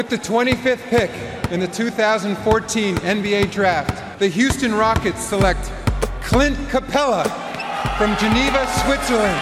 With the 25th pick in the 2014 NBA Draft, the Houston Rockets select Clint Capella from Geneva, Switzerland.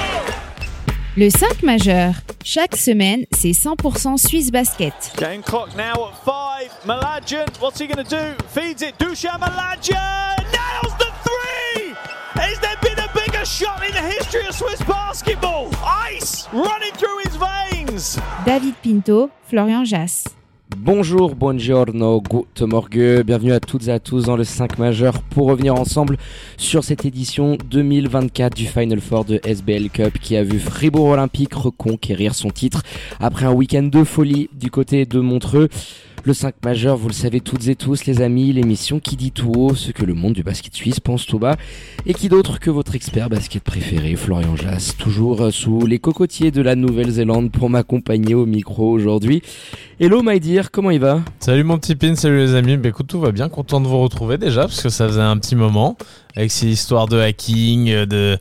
Le 5 majeur. Chaque semaine, c'est 100% Suisse Basket. Game clock now at 5. Mlađan, what's he going to do? Feeds it. Dusan Mlađan nails the three! Has there been a bigger shot in the history of Swiss basketball? Ice running through his veins! David Pinto, Florian Jass. Bonjour, buongiorno, guten Morgen, bienvenue à toutes et à tous dans le 5 majeur pour revenir ensemble sur cette édition 2024 du Final Four de SBL Cup qui a vu Fribourg Olympique reconquérir son titre après un week-end de folie du côté de Montreux. Le 5 majeur, vous le savez toutes et tous les amis, l'émission qui dit tout haut ce que le monde du basket suisse pense tout bas et qui d'autre que votre expert basket préféré, Florian Jass, toujours sous les cocotiers de la Nouvelle-Zélande pour m'accompagner au micro aujourd'hui. Hello my dear, comment il va ? Salut mon petit pin, salut les amis, écoute tout va bien, content de vous retrouver déjà parce que ça faisait un petit moment avec ces histoires de hacking,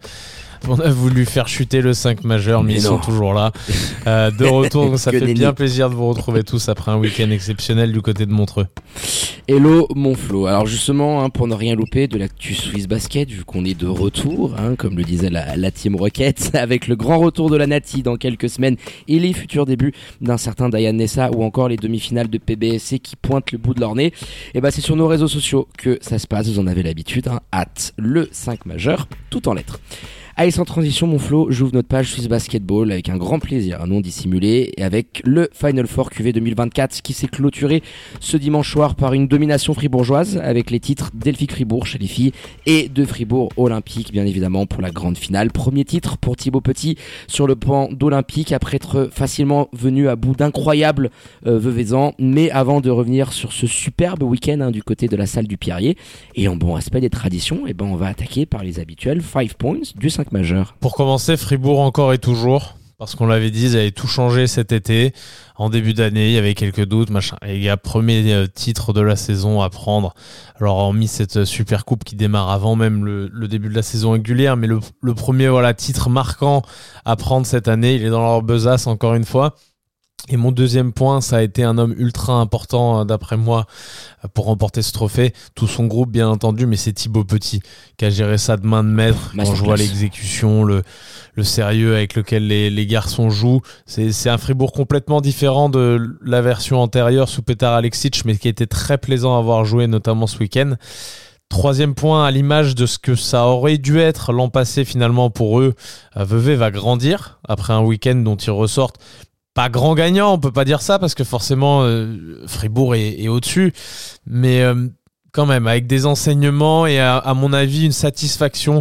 on a voulu faire chuter le 5 majeur, mais ils sont toujours là. De retour, donc ça fait bien plaisir de vous retrouver tous après un week-end exceptionnel du côté de Montreux. Hello mon Flo. Alors justement, pour ne rien louper de l'actu Swiss Basket, vu qu'on est de retour, comme le disait la Team Rocket, avec le grand retour de la Nati dans quelques semaines et les futurs débuts d'un certain Dayan Nessa ou encore les demi-finales de PBSC qui pointent le bout de leur nez, et c'est sur nos réseaux sociaux que ça se passe, vous en avez l'habitude, le 5 majeur, tout en lettres. Allez, sans transition, mon Flo, j'ouvre notre page Swiss Basketball avec un grand plaisir, non dissimulé, et avec le Final Four QV 2024 qui s'est clôturé ce dimanche soir par une domination fribourgeoise avec les titres d'Elphick Fribourg chez les filles et de Fribourg Olympique, bien évidemment, pour la grande finale. Premier titre pour Thibaut Petit sur le banc d'Olympique après être facilement venu à bout d'incroyables Veuvezans, mais avant de revenir sur ce superbe week-end du côté de la salle du Pierrier. Et en bon respect des traditions, on va attaquer par les habituels 5 points du 5 majeur. Pour commencer, Fribourg encore et toujours, parce qu'on l'avait dit, ils avaient tout changé cet été. En début d'année, il y avait quelques doutes, Et il y a premier titre de la saison à prendre. Alors, hormis cette super coupe qui démarre avant même le début de la saison régulière, mais le premier titre marquant à prendre cette année, il est dans leur besace encore une fois. Et mon deuxième point, ça a été un homme ultra important d'après moi pour remporter ce trophée. Tout son groupe bien entendu, mais c'est Thibaut Petit qui a géré ça de main de maître. Quand je vois l'exécution, le sérieux avec lequel les garçons jouent, c'est un Fribourg complètement différent de la version antérieure sous Petar Aleksic, mais qui était très plaisant à avoir joué notamment ce week-end. Troisième point, à l'image de ce que ça aurait dû être l'an passé finalement pour eux, Vevey va grandir après un week-end dont ils ressortent pas grand gagnant, on peut pas dire ça parce que forcément Fribourg est au-dessus, mais quand même avec des enseignements et à mon avis une satisfaction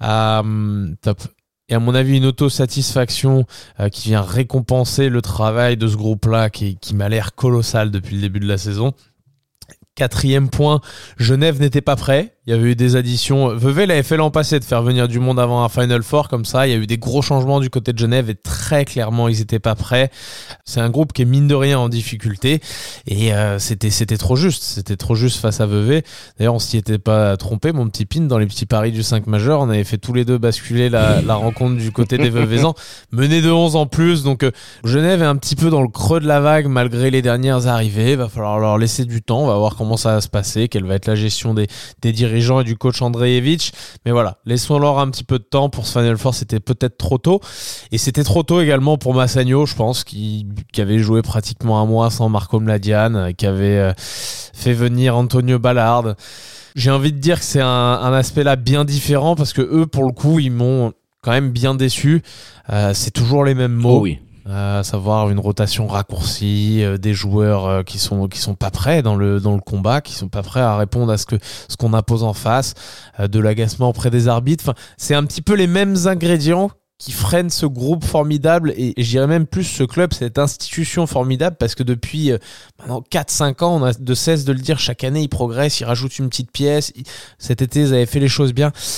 top. Et à mon avis une autosatisfaction qui vient récompenser le travail de ce groupe-là qui m'a l'air colossal depuis le début de la saison. Quatrième point, Genève n'était pas prêt. Il y avait eu des additions. Vevey l'avait fait l'an passé de faire venir du monde avant un Final Four comme ça. Il y a eu des gros changements du côté de Genève et très clairement, ils n'étaient pas prêts. C'est un groupe qui est mine de rien en difficulté et c'était trop juste. C'était trop juste face à Vevey. D'ailleurs, on s'y était pas trompé, mon petit pin, dans les petits paris du 5 majeur. On avait fait tous les deux basculer la rencontre du côté des Veuvezans. Mené de 11 en plus. Donc, Genève est un petit peu dans le creux de la vague malgré les dernières arrivées. Il va falloir leur laisser du temps. On va voir comment ça va se passer, quelle va être la gestion des dirigeants et du coach Andrejevic, mais voilà, laissons-leur un petit peu de temps pour ce Final Four, c'était peut-être trop tôt, et c'était trop tôt également pour Massagno, je pense, qui avait joué pratiquement un mois sans Marco Mlađan, qui avait fait venir Antonio Ballard. J'ai envie de dire que c'est un aspect là bien différent, parce que eux, pour le coup, ils m'ont quand même bien déçu. C'est toujours les mêmes mots. Oh oui. À savoir une rotation raccourcie, des joueurs qui sont pas prêts dans le combat, qui sont pas prêts à répondre à ce qu'on impose en face, de l'agacement auprès des arbitres. Enfin, c'est un petit peu les mêmes ingrédients qui freinent ce groupe formidable et je dirais même plus ce club, cette institution formidable, parce que depuis maintenant 4-5 ans, on a de cesse de le dire, chaque année ils progressent, ils rajoutent une petite pièce. Cet été ils avaient fait les choses bien.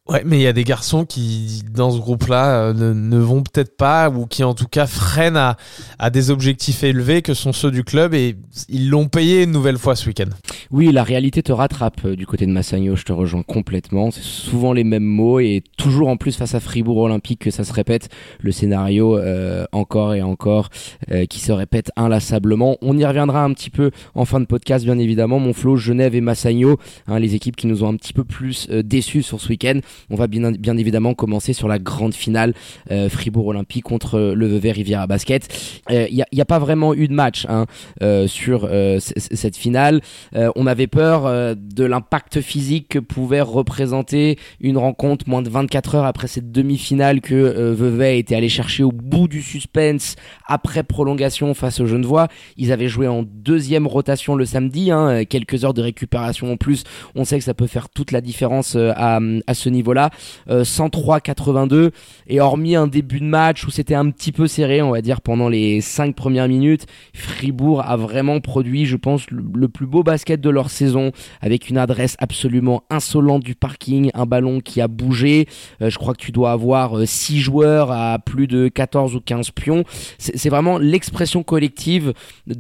Ouais, mais il y a des garçons qui, dans ce groupe-là, ne vont peut-être pas, ou qui en tout cas freinent à des objectifs élevés que sont ceux du club, et ils l'ont payé une nouvelle fois ce week-end. Oui, la réalité te rattrape du côté de Massagno, je te rejoins complètement. C'est souvent les mêmes mots, et toujours en plus face à Fribourg Olympique que ça se répète, le scénario encore et encore qui se répète inlassablement. On y reviendra un petit peu en fin de podcast, bien évidemment. Mon Flo, Genève et Massagno, les équipes qui nous ont un petit peu plus déçus sur ce week-end. On va bien évidemment commencer sur la grande finale Fribourg Olympique contre le Vevey Riviera Basket. Il y a pas vraiment eu de match sur cette finale. On avait peur de l'impact physique que pouvait représenter une rencontre moins de 24 heures après cette demi-finale que Vevey était allé chercher au bout du suspense après prolongation face aux Genevois. Ils avaient joué en deuxième rotation le samedi, quelques heures de récupération en plus. On sait que ça peut faire toute la différence à ce niveau-là. 103-82, et hormis un début de match où c'était un petit peu serré, on va dire pendant les 5 premières minutes, Fribourg a vraiment produit, je pense, le plus beau basket de leur saison, avec une adresse absolument insolente du parking, un ballon qui a bougé. Je crois que tu dois avoir 6 joueurs à plus de 14 ou 15 pions. C'est vraiment l'expression collective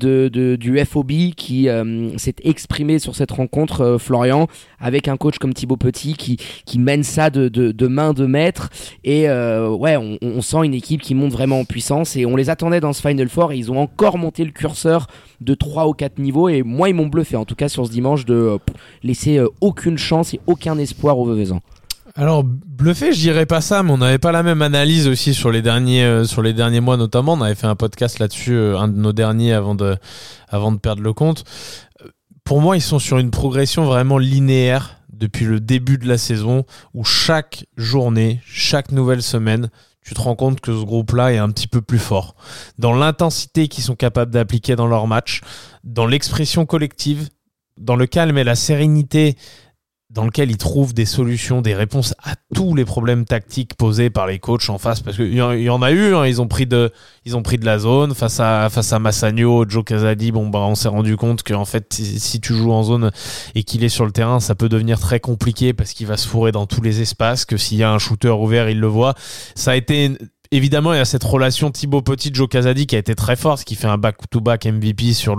du FOB qui s'est exprimé sur cette rencontre, Florian, avec un coach comme Thibaut Petit qui mène ça de main de maître, et on sent une équipe qui monte vraiment en puissance, et on les attendait dans ce Final Four, et ils ont encore monté le curseur de 3 ou 4 niveaux, et moi ils m'ont bluffé en tout cas sur ce dimanche de laisser aucune chance et aucun espoir aux Vevezans. Alors, bluffé, je dirais pas ça, mais on n'avait pas la même analyse aussi sur les derniers mois notamment. On avait fait un podcast là-dessus, un de nos derniers avant de perdre le compte. Pour moi, ils sont sur une progression vraiment linéaire depuis le début de la saison, où chaque journée, chaque nouvelle semaine, tu te rends compte que ce groupe-là est un petit peu plus fort. Dans l'intensité qu'ils sont capables d'appliquer dans leurs matchs, dans l'expression collective, dans le calme et la sérénité dans lequel ils trouvent des solutions, des réponses à tous les problèmes tactiques posés par les coachs en face, parce qu'il y en a eu, ils ont pris de la zone face à Massagno, Joe Casady. On s'est rendu compte que en fait, si tu joues en zone et qu'il est sur le terrain, ça peut devenir très compliqué parce qu'il va se fourrer dans tous les espaces, que s'il y a un shooter ouvert, il le voit. Ça a été évidemment, il y a cette relation Thibaut Petit-Joe Casady qui a été très forte, qui fait un back-to-back MVP sur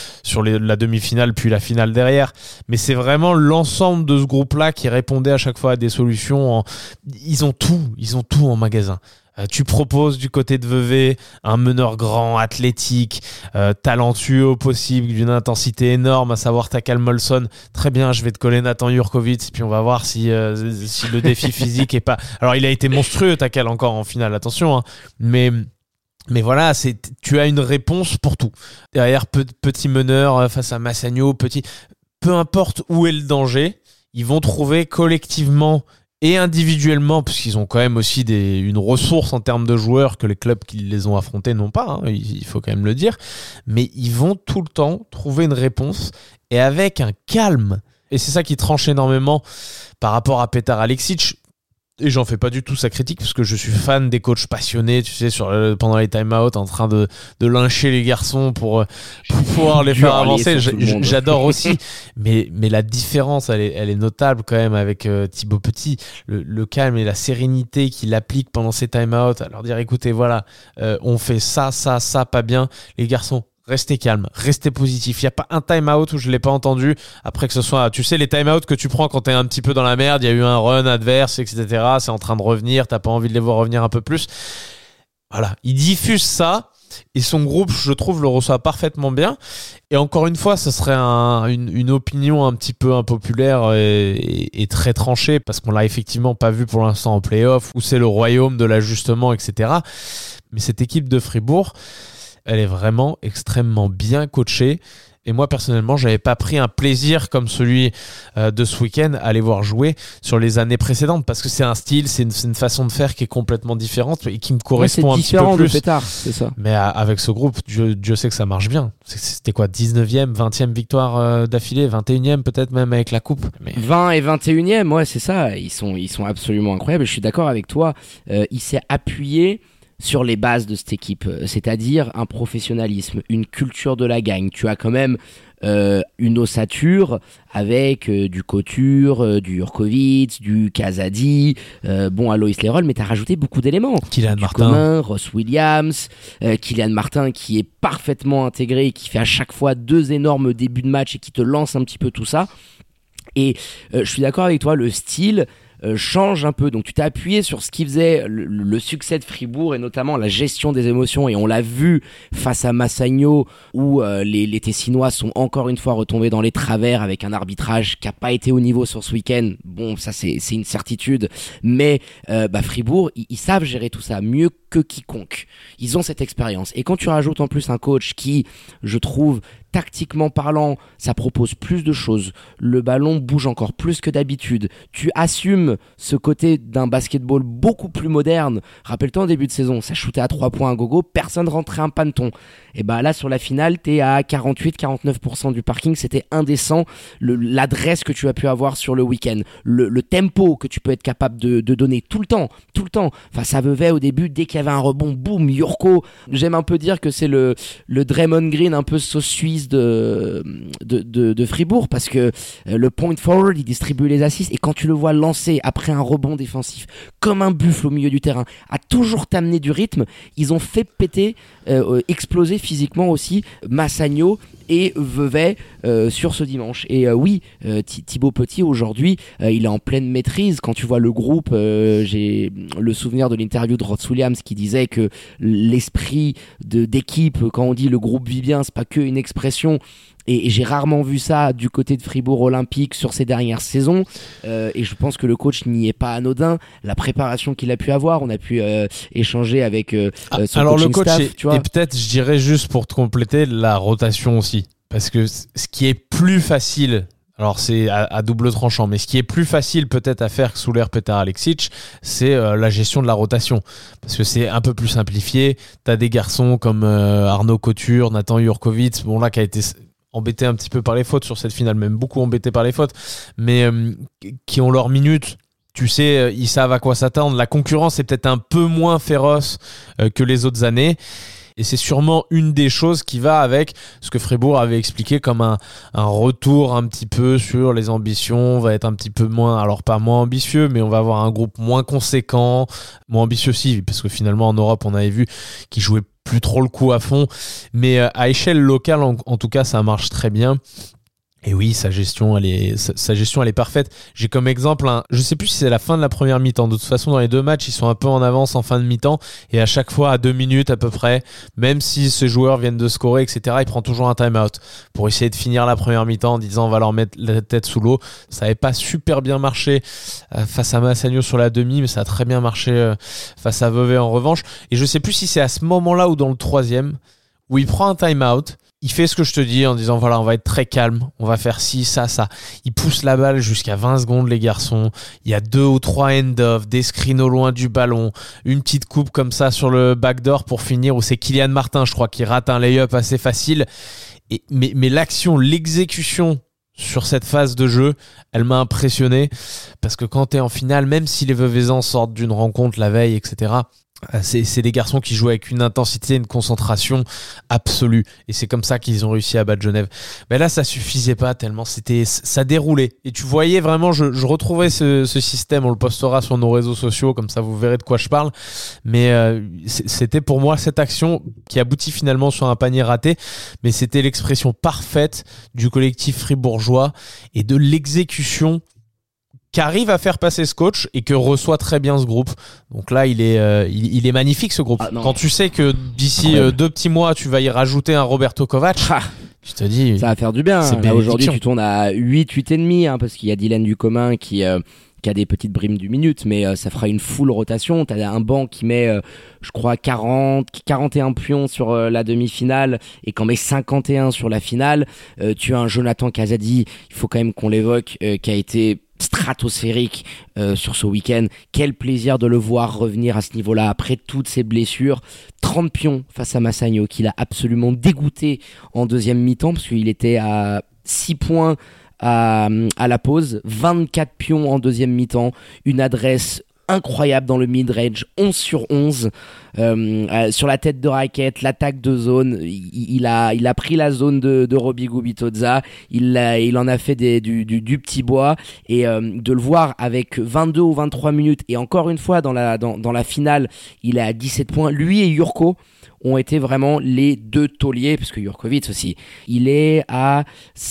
la demi-finale puis la finale derrière. Mais c'est vraiment l'ensemble de ce groupe-là qui répondait à chaque fois à des solutions. Ils ont tout en magasin. Tu proposes du côté de Vevey un meneur grand, athlétique, talentueux au possible, d'une intensité énorme, à savoir Takal Molson. Très bien, je vais te coller Nathan Jurkovic, puis on va voir si le défi physique est pas... Alors, il a été monstrueux, Takal, encore en finale, attention, mais voilà, tu as une réponse pour tout. Derrière, petit meneur face à Massagno, peu importe où est le danger, ils vont trouver collectivement et individuellement, parce qu'ils ont quand même aussi une ressource en termes de joueurs que les clubs qui les ont affrontés n'ont pas, il faut quand même le dire, mais ils vont tout le temps trouver une réponse, et avec un calme. Et c'est ça qui tranche énormément par rapport à Petar Aleksic. Et j'en fais pas du tout sa critique, parce que je suis fan des coachs passionnés, tu sais, pendant les time-out, en train de lyncher les garçons pour pouvoir les faire avancer. J'adore aussi. Mais la différence, elle est notable quand même avec Thibaut Petit. Le calme et la sérénité qu'il applique pendant ces time-out, à leur dire, écoutez, voilà, on fait ça, pas bien. Les garçons, restez calme, restez positif. Il n'y a pas un time-out où je ne l'ai pas entendu. Après que ce soit, tu sais, les time-out que tu prends quand tu es un petit peu dans la merde, il y a eu un run adverse, etc. C'est en train de revenir, tu n'as pas envie de les voir revenir un peu plus. Voilà, il diffuse ça, et son groupe, je trouve, le reçoit parfaitement bien. Et encore une fois, ce serait une opinion un petit peu impopulaire et très tranchée, parce qu'on l'a effectivement pas vu pour l'instant en play-off, où c'est le royaume de l'ajustement, etc. Mais cette équipe de Fribourg, elle est vraiment extrêmement bien coachée. Et moi, personnellement, j'avais pas pris un plaisir comme celui de ce week-end à les voir jouer sur les années précédentes, parce que c'est un style, c'est une façon de faire qui est complètement différente et qui me correspond un petit peu plus. C'est différent de Pétard, c'est ça. Mais avec ce groupe, Dieu sait que ça marche bien. C'était quoi, 19e, 20e victoire d'affilée, 21e peut-être même avec la coupe. Mais... 20 et 21e, ouais, c'est ça. Ils sont absolument incroyables. Je suis d'accord avec toi. Il s'est appuyé sur les bases de cette équipe, c'est-à-dire un professionnalisme, une culture de la gagne. Tu as quand même une ossature avec du Couture, du Jurkovic, du Kazadi, Alois Lerol, mais t'as rajouté beaucoup d'éléments. Kylian Martin, Coman, Ross Williams, Kylian Martin qui est parfaitement intégré et qui fait à chaque fois 2 énormes débuts de match et qui te lance un petit peu tout ça. Et je suis d'accord avec toi, le style change un peu. Donc tu t'es appuyé sur ce qui faisait le succès de Fribourg et notamment la gestion des émotions, et on l'a vu face à Massagno où les Tessinois sont encore une fois retombés dans les travers avec un arbitrage qui a pas été au niveau sur ce week-end. Bon, ça c'est une certitude, mais Fribourg ils savent gérer tout ça mieux que quiconque. Ils ont cette expérience, et quand tu rajoutes en plus un coach qui, je trouve, tactiquement parlant, ça propose plus de choses. Le ballon bouge encore plus que d'habitude. Tu assumes ce côté d'un basketball beaucoup plus moderne. Rappelle-toi en début de saison, ça shootait à 3 points à gogo, personne rentrait un panton. Et là sur la finale, t'es à 48-49% du parking, c'était indécent. L'adresse que tu as pu avoir sur le week-end, le tempo que tu peux être capable de donner tout le temps. Enfin, ça veuvait au début, dès qu'il y avait un rebond, boum, Jurko. J'aime un peu dire que c'est le Draymond Green un peu sauce suisse de Fribourg, parce que le point forward il distribue les assists, et quand tu le vois lancer après un rebond défensif comme un buffle au milieu du terrain, à toujours t'amener du rythme, ils ont fait péter, exploser physiquement aussi Massagno et Vevey sur ce dimanche. Et Thibaut Petit aujourd'hui il est en pleine maîtrise. Quand tu vois le groupe, j'ai le souvenir de l'interview de Ross Williams qui disait que l'esprit d'équipe, quand on dit le groupe vit bien, c'est pas que une expression, et j'ai rarement vu ça du côté de Fribourg Olympique sur ces dernières saisons, et je pense que le coach n'y est pas anodin. La préparation qu'il a pu avoir, on a pu échanger avec son alors coaching le coach staff, tu vois. et peut-être je dirais juste pour te compléter la rotation aussi, parce que ce qui est plus facile, alors c'est à double tranchant, mais ce qui est plus facile peut-être à faire que sous l'ère Petar Aleksic, c'est la gestion de la rotation, parce que c'est un peu plus simplifié. T'as des garçons comme Arnaud Couture, Nathan Jurkovic, bon là qui a été embêté un petit peu par les fautes sur cette finale, même beaucoup embêté par les fautes, mais qui ont leurs minutes. Tu sais, ils savent à quoi s'attendre. La concurrence est peut-être un peu moins féroce que les autres années. Et c'est sûrement une des choses qui va avec ce que Fribourg avait expliqué comme un retour un petit peu sur les ambitions. On va être un petit peu moins, alors pas moins ambitieux, mais on va avoir un groupe moins conséquent, moins ambitieux aussi, parce que finalement en Europe on avait vu qu'ils jouaient plus trop le coup à fond. Mais à échelle locale, en tout cas, ça marche très bien. Et oui, sa gestion, elle est parfaite. J'ai comme exemple, je sais plus si c'est la fin de la première mi-temps. De toute façon, dans les 2 matchs, ils sont un peu en avance en fin de mi-temps. Et à chaque fois, à 2 minutes à peu près, même si ces joueurs viennent de scorer, etc., il prend toujours un time-out pour essayer de finir la première mi-temps en disant on va leur mettre la tête sous l'eau. Ça n'avait pas super bien marché face à Massagno sur la demi, mais ça a très bien marché face à Vevey en revanche. Et je sais plus si c'est à ce moment-là ou dans le 3e, où il prend un time-out. Il fait ce que je te dis en disant voilà, on va être très calme, on va faire ci, ça. Il pousse la balle jusqu'à 20 secondes les garçons. Il y a 2 ou 3 end-off, des screens au loin du ballon, une petite coupe comme ça sur le backdoor pour finir, où c'est Kylian Martin, je crois, qui rate un lay-up assez facile. Mais l'action, l'exécution sur cette phase de jeu, elle m'a impressionné, parce que quand t'es en finale, même si les Veuvezans sortent d'une rencontre la veille, etc., c'est des garçons qui jouent avec une intensité, une concentration absolue, et c'est comme ça qu'ils ont réussi à battre Genève. Mais là ça suffisait pas tellement, ça déroulait, et tu voyais vraiment, je retrouvais ce système, on le postera sur nos réseaux sociaux, comme ça vous verrez de quoi je parle, mais c'était pour moi cette action qui aboutit finalement sur un panier raté, mais c'était l'expression parfaite du collectif fribourgeois et de l'exécution qu'arrive à faire passer ce coach et que reçoit très bien ce groupe. Donc là, il est magnifique ce groupe. Quand tu sais que d'ici 2 petits mois, tu vas y rajouter un Roberto Kovac, tu te dis... Ça va faire du bien. Là, aujourd'hui, tu tournes à 8,5, parce qu'il y a Dylan Ducomin qui a des petites brimes du minute, mais ça fera une full rotation. T'as un banc qui met, je crois, 41 pions sur la demi-finale et qu'en met 51 sur la finale. Tu as un Jonathan Kazadi, il faut quand même qu'on l'évoque, qui a été stratosphérique sur ce week-end. Quel plaisir de le voir revenir à ce niveau-là après toutes ses blessures. 30 pions face à Massagno, qu'il a absolument dégoûté en deuxième mi-temps, parce qu'il était à 6 points à la pause. 24 pions en deuxième mi-temps, une adresse incroyable dans le mid-range, 11 sur 11 sur la tête de raquette, l'attaque de zone. Il a pris la zone de Robbie Gubitoza, il en a fait du petit bois, et de le voir avec 22 ou 23 minutes, et encore une fois dans la finale, il est à 17 points. Lui et Jurko ont été vraiment les deux tauliers, parce que Jurkovic aussi, il est à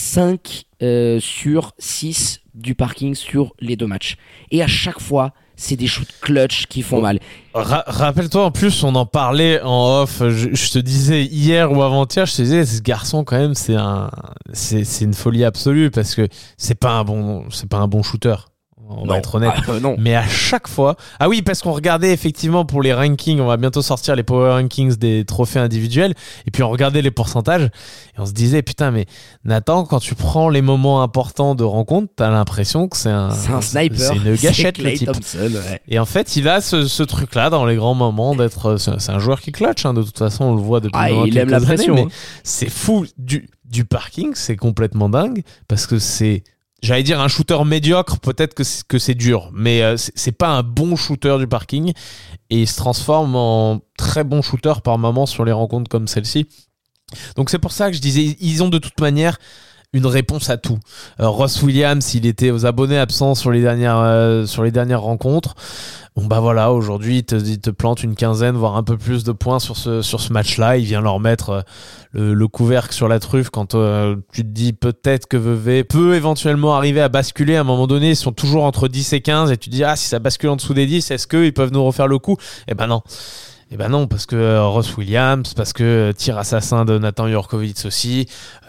5 sur 6 du parking sur les 2 matchs. Et à chaque fois, c'est des shoots clutch qui font mal. Rappelle-toi, en plus, on en parlait en off. Je te disais hier ou avant-hier, je te disais, ce garçon, quand même, c'est une folie absolue, parce que c'est pas un bon shooter. On va être honnête. Non. Mais à chaque fois, ah oui, parce qu'on regardait effectivement pour les rankings, on va bientôt sortir les power rankings des trophées individuels, et puis on regardait les pourcentages, et on se disait, putain, mais Nathan, quand tu prends les moments importants de rencontre, t'as l'impression que c'est un sniper, c'est une gâchette, c'est Klay le type. Thompson, ouais. Et en fait, il a ce truc-là dans les grands moments d'être, c'est un joueur qui clutch, hein, de toute façon, on le voit depuis il aime la pression, années, hein. mais c'est fou du parking, c'est complètement dingue, parce que c'est, j'allais dire un shooter médiocre, peut-être que c'est dur, mais c'est pas un bon shooter du parking, et il se transforme en très bon shooter par moment sur les rencontres comme celle-ci. Donc c'est pour ça que je disais, ils ont de toute manière une réponse à tout. Ross Williams, il était aux abonnés absents sur les dernières rencontres. Bon bah voilà, aujourd'hui il te plante une quinzaine, voire un peu plus de points sur ce match-là. Il vient leur mettre le couvercle sur la truffe quand tu te dis peut-être que Vevey peut éventuellement arriver à basculer à un moment donné. Ils sont toujours entre 10 et 15, et tu te dis si ça bascule en dessous des 10, est-ce qu'ils peuvent nous refaire le coup ? Eh ben non, parce que Ross Williams, parce que tir assassin de Nathan Jurkovic aussi,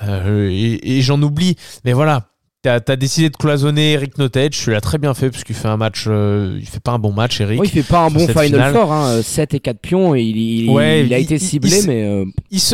et j'en oublie. Mais voilà, t'as décidé de cloisonner Eric Nottage, tu l'as très bien fait, parce qu'il fait un match, il fait pas un bon match, Eric. Oui, il fait pas un bon Final Four, hein, 7 et 4 pions, et il a été ciblé, mais...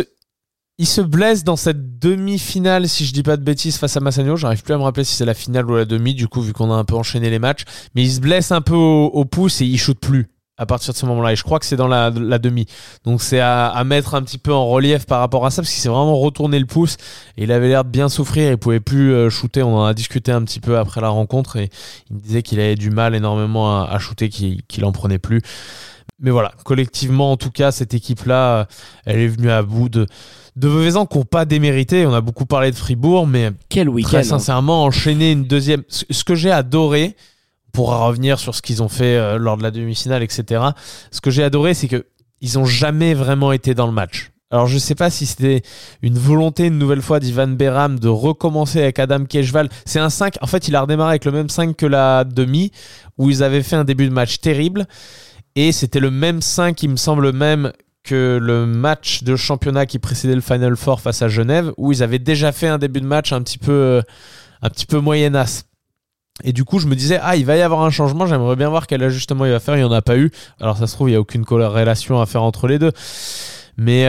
Il se blesse dans cette demi-finale, si je dis pas de bêtises, face à Massagno. J'arrive plus à me rappeler si c'est la finale ou la demi, du coup, vu qu'on a un peu enchaîné les matchs. Mais il se blesse un peu au pouce, et il shoot plus à partir de ce moment-là, et je crois que c'est dans la demi, donc c'est à mettre un petit peu en relief par rapport à ça, parce qu'il s'est vraiment retourné le pouce, et il avait l'air de bien souffrir, il pouvait plus shooter. On en a discuté un petit peu après la rencontre, et il me disait qu'il avait du mal énormément à shooter, qu'il en prenait plus. Mais voilà, collectivement en tout cas, cette équipe-là, elle est venue à bout de Veuvezan qui n'ont pas démérité. On a beaucoup parlé de Fribourg, mais quel week-end, très sincèrement, enchaîner une deuxième, ce que j'ai adoré, on pourra revenir sur ce qu'ils ont fait lors de la demi-finale, etc. Ce que j'ai adoré, c'est qu'ils n'ont jamais vraiment été dans le match. Alors, je ne sais pas si c'était une volonté, une nouvelle fois, d'Ivan Beram de recommencer avec Adam Kejval. C'est un 5. En fait, il a redémarré avec le même 5 que la demi, où ils avaient fait un début de match terrible. Et c'était le même 5, il me semble même, que le match de championnat qui précédait le Final Four face à Genève, où ils avaient déjà fait un début de match un petit peu moyennasse. Et du coup, je me disais, il va y avoir un changement, j'aimerais bien voir quel ajustement il va faire. Il n'y en a pas eu. Alors, ça se trouve, il n'y a aucune corrélation à faire entre les deux. Mais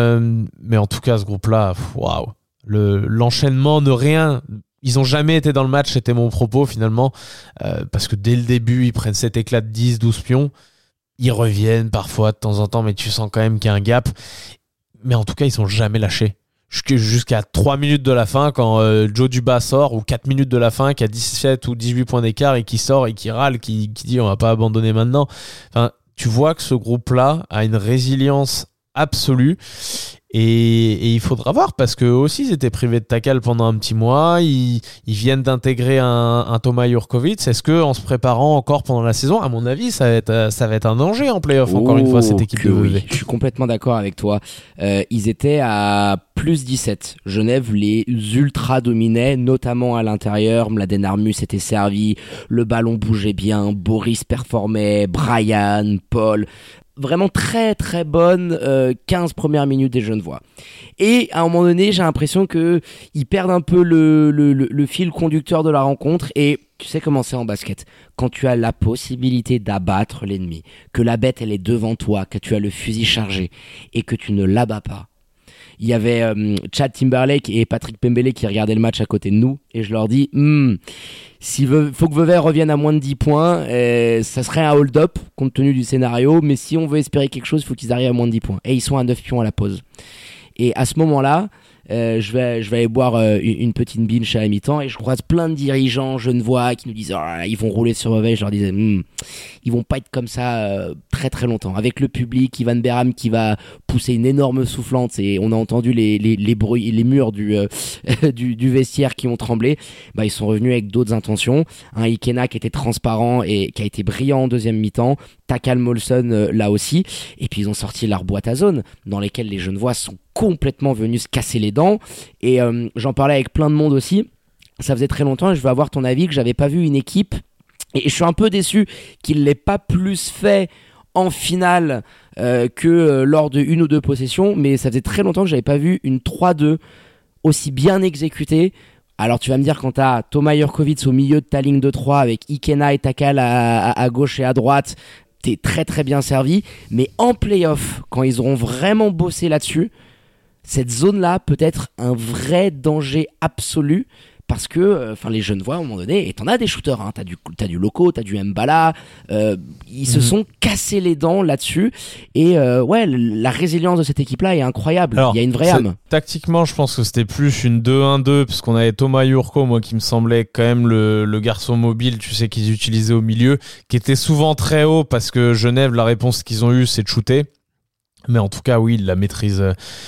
en tout cas, ce groupe-là, waouh. L'enchaînement de rien. Ils n'ont jamais été dans le match, c'était mon propos finalement. Parce que dès le début, ils prennent cet éclat de 10, 12 pions. Ils reviennent parfois de temps en temps, mais tu sens quand même qu'il y a un gap. Mais en tout cas, ils sont jamais lâchés. Jusqu'à 3 minutes de la fin, quand Joe Duba sort, ou 4 minutes de la fin, qui a 17 ou 18 points d'écart, et qui sort et qui râle, qui dit on va pas abandonner maintenant. Enfin, tu vois que ce groupe-là a une résilience absolue. Et il faudra voir, parce qu'eux aussi ils étaient privés de tackle pendant un petit mois. Ils viennent d'intégrer un Thomas Jurkovic. Est-ce qu'en se préparant encore pendant la saison, à mon avis, ça va être un danger en play-off, encore une fois, cette équipe de Vevey. Je suis complètement d'accord avec toi. Ils étaient à plus 17. Genève les ultra dominait, notamment à l'intérieur. Mladen Armus était servi, le ballon bougeait bien, Boris performait, Brian, Paul... Vraiment très très bonne 15 premières minutes des Genevois. Et à un moment donné, j'ai l'impression que ils perdent un peu le fil conducteur de la rencontre. Et tu sais comment c'est en basket. Quand tu as la possibilité d'abattre l'ennemi, que la bête elle est devant toi, que tu as le fusil chargé et que tu ne l'abats pas. Il y avait Chad Timberlake et Patrick Pembele qui regardaient le match à côté de nous, et je leur dis faut que Vevey revienne à moins de 10 points, ça serait un hold-up compte tenu du scénario, mais si on veut espérer quelque chose, il faut qu'ils arrivent à moins de 10 points. Et ils sont à 9 pions à la pause. Et à ce moment-là, je vais aller boire une petite binge à la mi-temps, et je croise plein de dirigeants genevois qui nous disent ils vont rouler sur mauvais. Je leur disais ils vont pas être comme ça très très longtemps. Avec le public, Ivan Beram qui va pousser une énorme soufflante, et on a entendu les bruits, les murs du vestiaire qui ont tremblé. Ils sont revenus avec d'autres intentions. Un Ikena qui était transparent et qui a été brillant en deuxième mi-temps. Takal Molson là aussi. Et puis ils ont sorti leur boîte à zone dans lesquelles les Genevois sont complètement venus se casser les dents. Et j'en parlais avec plein de monde aussi. Ça faisait très longtemps, et je veux avoir ton avis, que j'avais pas vu une équipe, et je suis un peu déçu qu'il l'ait pas plus fait en finale que lors de une ou deux possessions, mais ça faisait très longtemps que j'avais pas vu une 3-2 aussi bien exécutée. Alors tu vas me dire, quand t'as Thomas Jurkovic au milieu de ta ligne de 3 avec Ikena et Takal à gauche et à droite, t'es très très bien servi. Mais en play-off, quand ils auront vraiment bossé là-dessus, cette zone-là peut être un vrai danger absolu, parce que les Genevois, à un moment donné, et t'en as des shooters, hein, t'as du Loco, t'as du Mbala, ils se sont cassés les dents là-dessus, et la résilience de cette équipe-là est incroyable. Alors, il y a une vraie âme. Tactiquement, je pense que c'était plus une 2-1-2, parce qu'on avait Thomas Jurko, moi, qui me semblait quand même le garçon mobile, tu sais, qu'ils utilisaient au milieu, qui était souvent très haut, parce que Genève, la réponse qu'ils ont eue, c'est de shooter. Mais en tout cas, oui, il la maîtrise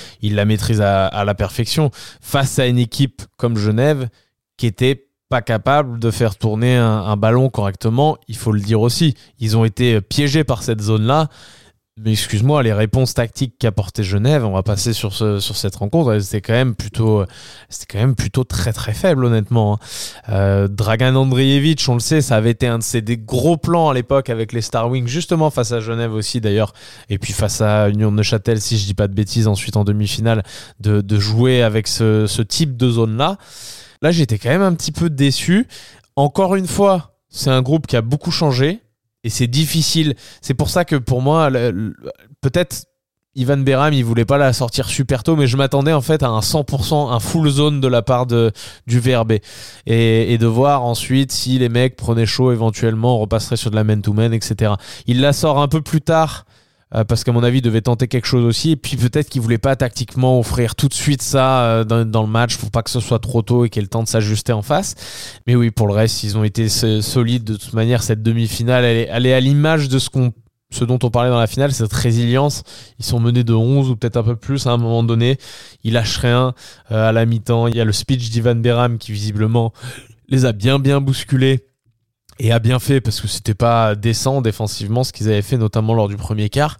à la perfection. Face à une équipe comme Genève, qui était pas capable de faire tourner un ballon correctement, il faut le dire aussi. Ils ont été piégés par cette zone-là. Mais excuse-moi, les réponses tactiques qu'apportait Genève, on va passer sur cette rencontre, c'était quand même plutôt très très faible, honnêtement. Dragan Andreevich, on le sait, ça avait été un de ses des gros plans à l'époque avec les Star Wings, justement face à Genève aussi d'ailleurs, et puis face à Union de Neuchâtel, si je dis pas de bêtises, ensuite en demi-finale, de jouer avec ce type de zone-là. Là, j'étais quand même un petit peu déçu. Encore une fois, c'est un groupe qui a beaucoup changé et c'est difficile. C'est pour ça que pour moi, peut-être Ivan Beram, il voulait pas la sortir super tôt, mais je m'attendais en fait à un 100%, un full zone de la part du VRB. Et de voir ensuite si les mecs prenaient chaud éventuellement, on repasserait sur de la man-to-man, etc. Il la sort un peu plus tard, parce qu'à mon avis, il devait tenter quelque chose aussi, et puis peut-être qu'il voulait pas tactiquement offrir tout de suite ça dans le match, faut pas que ce soit trop tôt et qu'il y ait le temps de s'ajuster en face. Mais oui, pour le reste, ils ont été solides de toute manière. Cette demi-finale, elle est à l'image de ce dont on parlait dans la finale, cette résilience. Ils sont menés de 11 ou peut-être un peu plus à un moment donné, ils lâchent rien à la mi-temps. Il y a le speech d'Ivan Beram qui visiblement les a bien bousculés. Et a bien fait, parce que c'était pas décent défensivement ce qu'ils avaient fait, notamment lors du premier quart.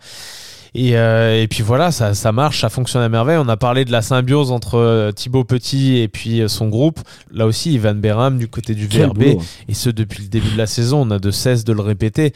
Et puis voilà, ça marche, ça fonctionne à merveille. On a parlé de la symbiose entre Thibaut Petit et puis son groupe. Là aussi, Ivan Beram du côté du VRB, et ce depuis le début de la saison, on a de cesse de le répéter.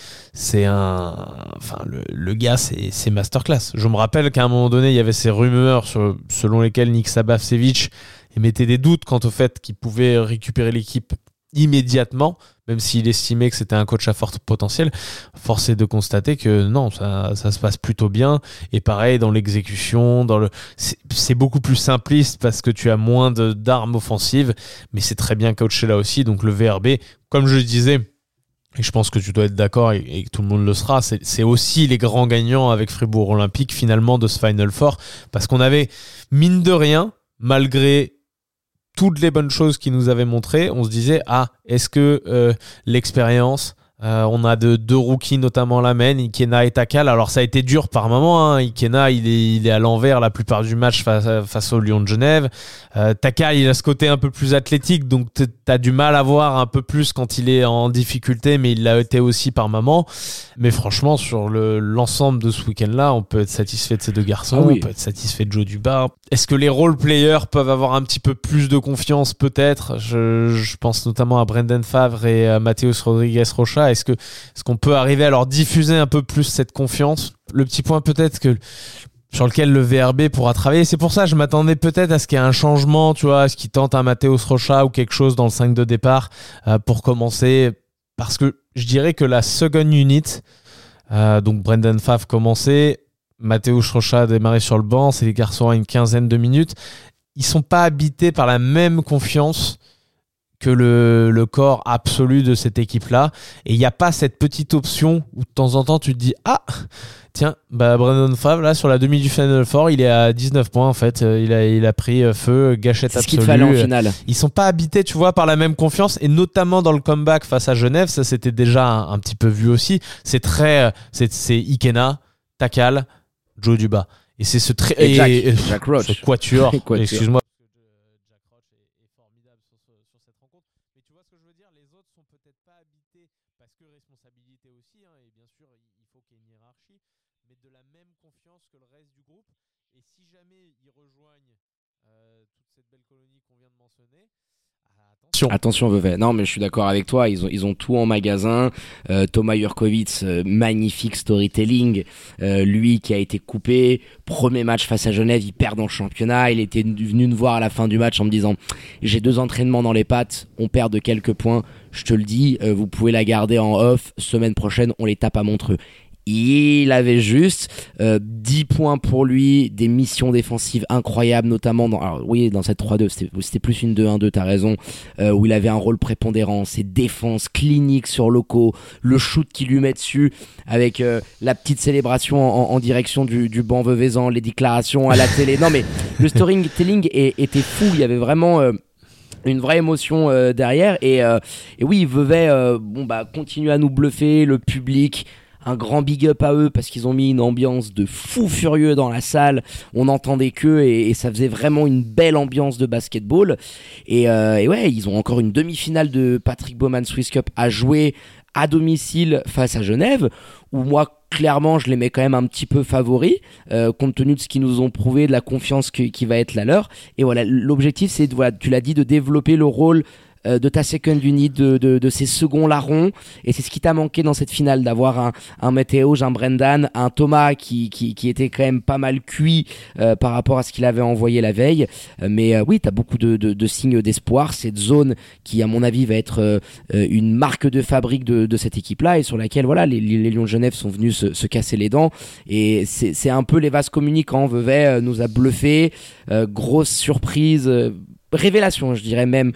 Le gars, c'est masterclass. Je me rappelle qu'à un moment donné, il y avait ces rumeurs selon lesquelles Nick Sabavsevic émettait des doutes quant au fait qu'il pouvait récupérer l'équipe immédiatement, même s'il estimait que c'était un coach à fort potentiel. Force est de constater que non, ça se passe plutôt bien. Et pareil dans l'exécution, c'est beaucoup plus simpliste parce que tu as moins d'armes offensives, mais c'est très bien coaché là aussi. Donc le VRB, comme je le disais, et je pense que tu dois être d'accord et que tout le monde le sera, c'est aussi les grands gagnants avec Fribourg Olympique finalement de ce Final Four, parce qu'on avait, mine de rien, malgré toutes les bonnes choses qu'ils nous avaient montrées, on se disait, est-ce que l'expérience, on a deux rookies, notamment Lamen, Ikena et Takal. Alors ça a été dur par moments, hein. Ikena il est à l'envers la plupart du match face au Lyon de Genève. Takal il a ce côté un peu plus athlétique, donc t'as du mal à voir un peu plus quand il est en difficulté, mais il l'a été aussi par moments. Mais franchement, sur l'ensemble de ce week-end-là, on peut être satisfait de ces deux garçons, on peut être satisfait de Joe Dubar. Est-ce que les role-players peuvent avoir un petit peu plus de confiance? Peut-être. Je pense notamment à Brendan Favre et à Mathéus Rodriguez-Rocha. Est-ce qu'on peut arriver à leur diffuser un peu plus cette confiance? Le petit point peut-être sur lequel le VRB pourra travailler. C'est pour ça que je m'attendais peut-être à ce qu'il y ait un changement, tu vois, à ce qu'il tente un Mathéus Rocha ou quelque chose dans le 5 de départ pour commencer. Parce que je dirais que la second unit, donc Brendan Favre commençait, Mathéus Rocha démarré sur le banc, c'est les garçons à une quinzaine de minutes. Ils sont pas habités par la même confiance que le corps absolu de cette équipe-là. Et il n'y a pas cette petite option où de temps en temps tu te dis tiens, Brandon Favre, là, sur la demi du Final Four, il est à 19 points, en fait. Il a pris feu, gâchette absolue. C'est ce qu'il te fallait en finale. Ils sont pas habités, tu vois, par la même confiance, et notamment dans le comeback face à Genève, ça s'était déjà un petit peu vu aussi. C'est Ikena, Takal, Joe Duba. Et c'est ce Jack Roach. Ce quatuor. Excuse-moi. Attention Vevey. Non mais je suis d'accord avec toi, ils ont tout en magasin. Thomas Jurkovec, magnifique storytelling. Lui qui a été coupé, premier match face à Genève, il perd dans le championnat. Il était venu nous voir à la fin du match en me disant j'ai 2 entraînements dans les pattes, on perd de quelques points. Je te le dis, vous pouvez la garder en off. Semaine prochaine, on les tape à Montreux. Il avait juste 10 points pour lui, des missions défensives incroyables, notamment dans cette 3-2, c'était plus une 2-1-2, t'as raison, où il avait un rôle prépondérant, ses défenses cliniques sur locaux, le shoot qu'il lui met dessus, avec la petite célébration en direction du banc veuvezan, les déclarations à la télé. Non mais le storytelling était fou, il y avait vraiment une vraie émotion derrière, et oui, Vevey continue à nous bluffer, le public. Un grand big up à eux parce qu'ils ont mis une ambiance de fou furieux dans la salle. On n'entendait qu'eux et ça faisait vraiment une belle ambiance de basketball. Et ouais, ils ont encore une demi-finale de Patrick Bowman Swiss Cup à jouer à domicile face à Genève, où moi clairement je les mets quand même un petit peu favoris compte tenu de ce qu'ils nous ont prouvé, de la confiance qui va être la leur. Et voilà, l'objectif c'est tu l'as dit, de développer le rôle de ta second unit, de ces seconds larrons, et c'est ce qui t'a manqué dans cette finale, d'avoir un Mateusz, un Brendan, un Thomas qui était quand même pas mal cuit par rapport à ce qu'il avait envoyé la veille, mais oui, t'as beaucoup de signes d'espoir, cette zone qui à mon avis va être une marque de fabrique de cette équipe-là, et sur laquelle voilà les Lions de Genève sont venus se casser les dents, et c'est un peu les vases communicants. Vevey nous a bluffé, grosse surprise, révélation, je dirais même,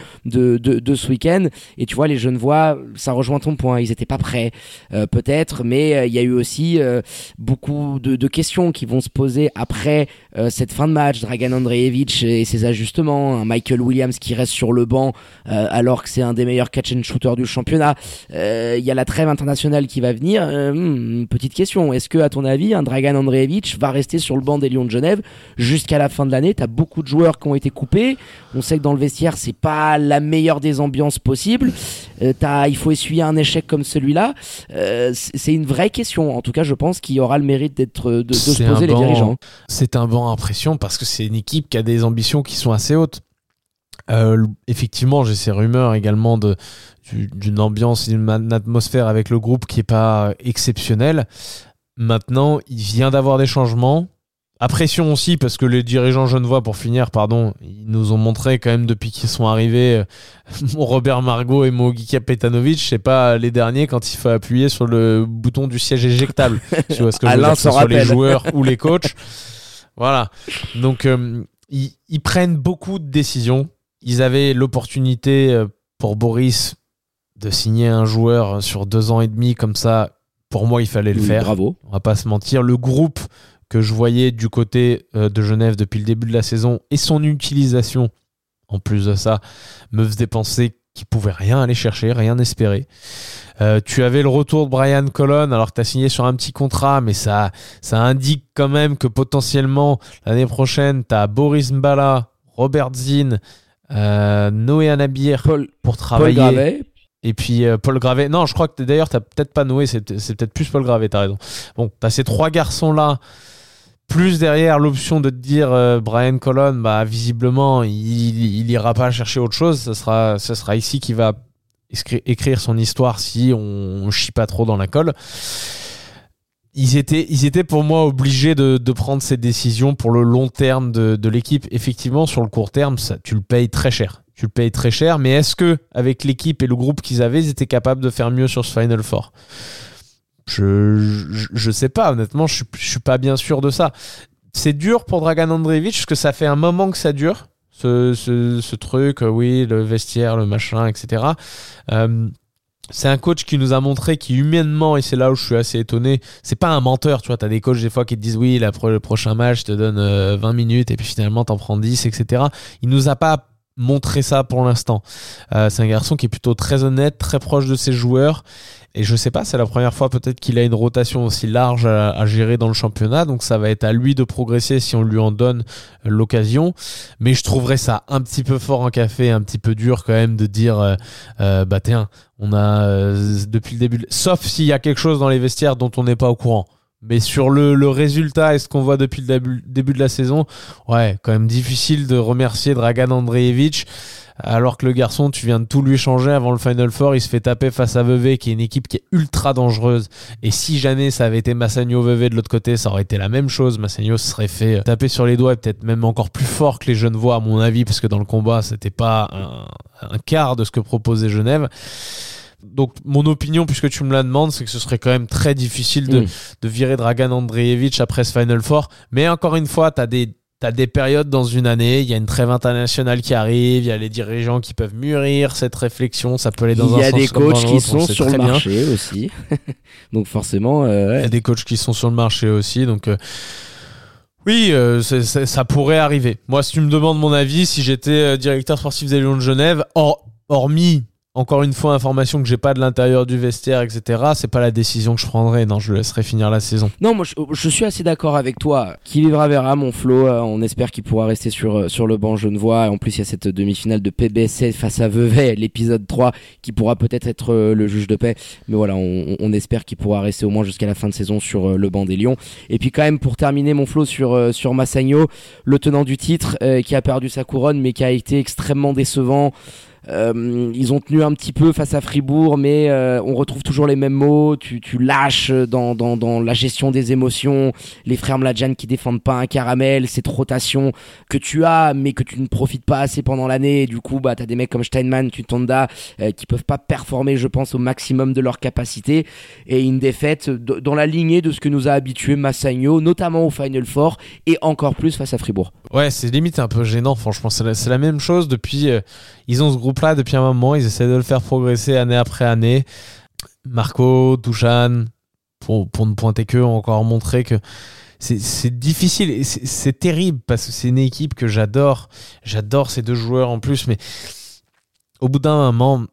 de ce week-end. Et tu vois, les Genevois, ça rejoint ton point, ils étaient pas prêts, peut-être, mais il y a eu aussi beaucoup de questions qui vont se poser après cette fin de match. Dragan Andreevich et ses ajustements, un Michael Williams qui reste sur le banc alors que c'est un des meilleurs catch and shooters du championnat. Il y a la trêve internationale qui va venir. Petite question, est-ce que à ton avis un Dragan Andreevich va rester sur le banc des Lions de Genève jusqu'à la fin de l'année? T'as beaucoup de joueurs qui ont été coupés. On sait que dans le vestiaire, c'est pas la meilleure des ambiances possibles. Il faut essuyer un échec comme celui-là. C'est une vraie question. En tout cas, je pense qu'il aura le mérite de se poser les dirigeants. C'est un banc à pression parce que c'est une équipe qui a des ambitions qui sont assez hautes. Effectivement, j'ai ces rumeurs également d'une ambiance, d'une atmosphère avec le groupe qui est pas exceptionnelle. Maintenant, il vient d'avoir des changements. À pression aussi, parce que les dirigeants genevois, pour finir, ils nous ont montré quand même depuis qu'ils sont arrivés, mon Robert Margot et mon Gika Petanovic, c'est pas les derniers quand il faut appuyer sur le bouton du siège éjectable. Tu vois ce que je veux dire, que ce soit les joueurs ou les coachs. Voilà. Donc, ils prennent beaucoup de décisions. Ils avaient l'opportunité pour Boris de signer un joueur sur 2 ans et demi comme ça. Pour moi, il fallait le faire. Bravo. On va pas se mentir. Le groupe que je voyais du côté de Genève depuis le début de la saison et son utilisation, en plus de ça, me faisait penser qu'il pouvait rien aller chercher, rien espérer. Tu avais le retour de Brian Colon, alors que tu as signé sur un petit contrat, mais ça indique quand même que potentiellement l'année prochaine, tu as Boris Mbala, Robert Zinn, Noé Anabir pour travailler. Paul Gravet. Et puis Paul Gravet. Non, je crois que d'ailleurs, tu n'as peut-être pas Noé, c'est peut-être plus Paul Gravet, tu as raison. Bon, tu as ces 3 garçons-là. Plus derrière l'option de te dire Brian Colon, visiblement, il ira pas chercher autre chose. Ce sera ici qu'il va écrire son histoire si on chie pas trop dans la colle. Ils étaient pour moi obligés de prendre ces décisions pour le long terme de l'équipe. Effectivement, sur le court terme, tu le payes très cher. Mais est-ce que avec l'équipe et le groupe qu'ils avaient, ils étaient capables de faire mieux sur ce Final Four ? Je sais pas, honnêtement, je suis pas bien sûr de ça. C'est dur pour Dragan Andreevich parce que ça fait un moment que ça dure. ce truc, oui, le vestiaire, le machin, etc. C'est un coach qui nous a montré qui humainement, et c'est là où je suis assez étonné, c'est pas un menteur, tu vois, t'as des coachs des fois qui te disent oui, le prochain match je te donne 20 minutes et puis finalement t'en prends 10, etc. Il nous a pas montré ça pour l'instant. C'est un garçon qui est plutôt très honnête, très proche de ses joueurs, et je sais pas, c'est la première fois peut-être qu'il a une rotation aussi large à gérer dans le championnat, donc ça va être à lui de progresser si on lui en donne l'occasion, mais je trouverais ça un petit peu fort en café, un petit peu dur quand même de dire bah tiens, on a depuis le début, sauf s'il y a quelque chose dans les vestiaires dont on n'est pas au courant. Mais sur le résultat et ce qu'on voit depuis le début de la saison, ouais, quand même difficile de remercier Dragan Andreevich, alors que le garçon, tu viens de tout lui changer avant le Final Four, il se fait taper face à Vevey, qui est une équipe qui est ultra dangereuse. Et si jamais ça avait été Massagno-Vevey de l'autre côté, ça aurait été la même chose. Massagno se serait fait taper sur les doigts, et peut-être même encore plus fort que les Genevois, à mon avis, parce que dans le combat, c'était pas un quart de ce que proposait Genève. Donc mon opinion, puisque tu me la demandes, c'est que ce serait quand même très difficile de virer Dragan Andreevich après ce Final Four. Mais encore une fois, t'as des périodes dans une année, il y a une trêve internationale qui arrive, il y a les dirigeants qui peuvent mûrir cette réflexion, ça peut aller dans un sens. Il y a des comme coachs dans qui l'autre, sont sur le marché aussi. Donc forcément... Il y a des coachs qui sont sur le marché aussi, donc... Oui, ça pourrait arriver. Moi, si tu me demandes mon avis, si j'étais directeur sportif des Lions de Genève, hormis... Encore une fois, information que j'ai pas de l'intérieur du vestiaire, etc. C'est pas la décision que je prendrais. Non, je le laisserai finir la saison. Non, moi je suis assez d'accord avec toi. Qui vivra verra, mon Flo. On espère qu'il pourra rester sur le banc genevois. En plus, il y a cette demi-finale de PBSC face à Vevey, l'épisode 3, qui pourra peut-être être le juge de paix. Mais voilà, on espère qu'il pourra rester au moins jusqu'à la fin de saison sur le banc des Lions. Et puis quand même, pour terminer, mon Flo, sur Massagno, le tenant du titre, qui a perdu sa couronne, mais qui a été extrêmement décevant. Ils ont tenu un petit peu face à Fribourg, mais on retrouve toujours les mêmes mots. Tu lâches dans la gestion des émotions. Les frères Mladjan qui défendent pas un caramel, cette rotation que tu as, mais que tu ne profites pas assez pendant l'année. Et du coup, t'as des mecs comme Steinman, Tutonda, qui peuvent pas performer, je pense, au maximum de leur capacité. Et une défaite dans la lignée de ce que nous a habitué Massagno, notamment au Final Four, et encore plus face à Fribourg. Ouais, c'est limite un peu gênant, franchement. C'est la même chose depuis... ils ont ce groupe-là depuis un moment, ils essaient de le faire progresser année après année. Marco, Dusan, pour ne pointer qu'eux, ont encore montré que c'est difficile et c'est terrible parce que c'est une équipe que j'adore. J'adore ces deux joueurs en plus, mais au bout d'un moment,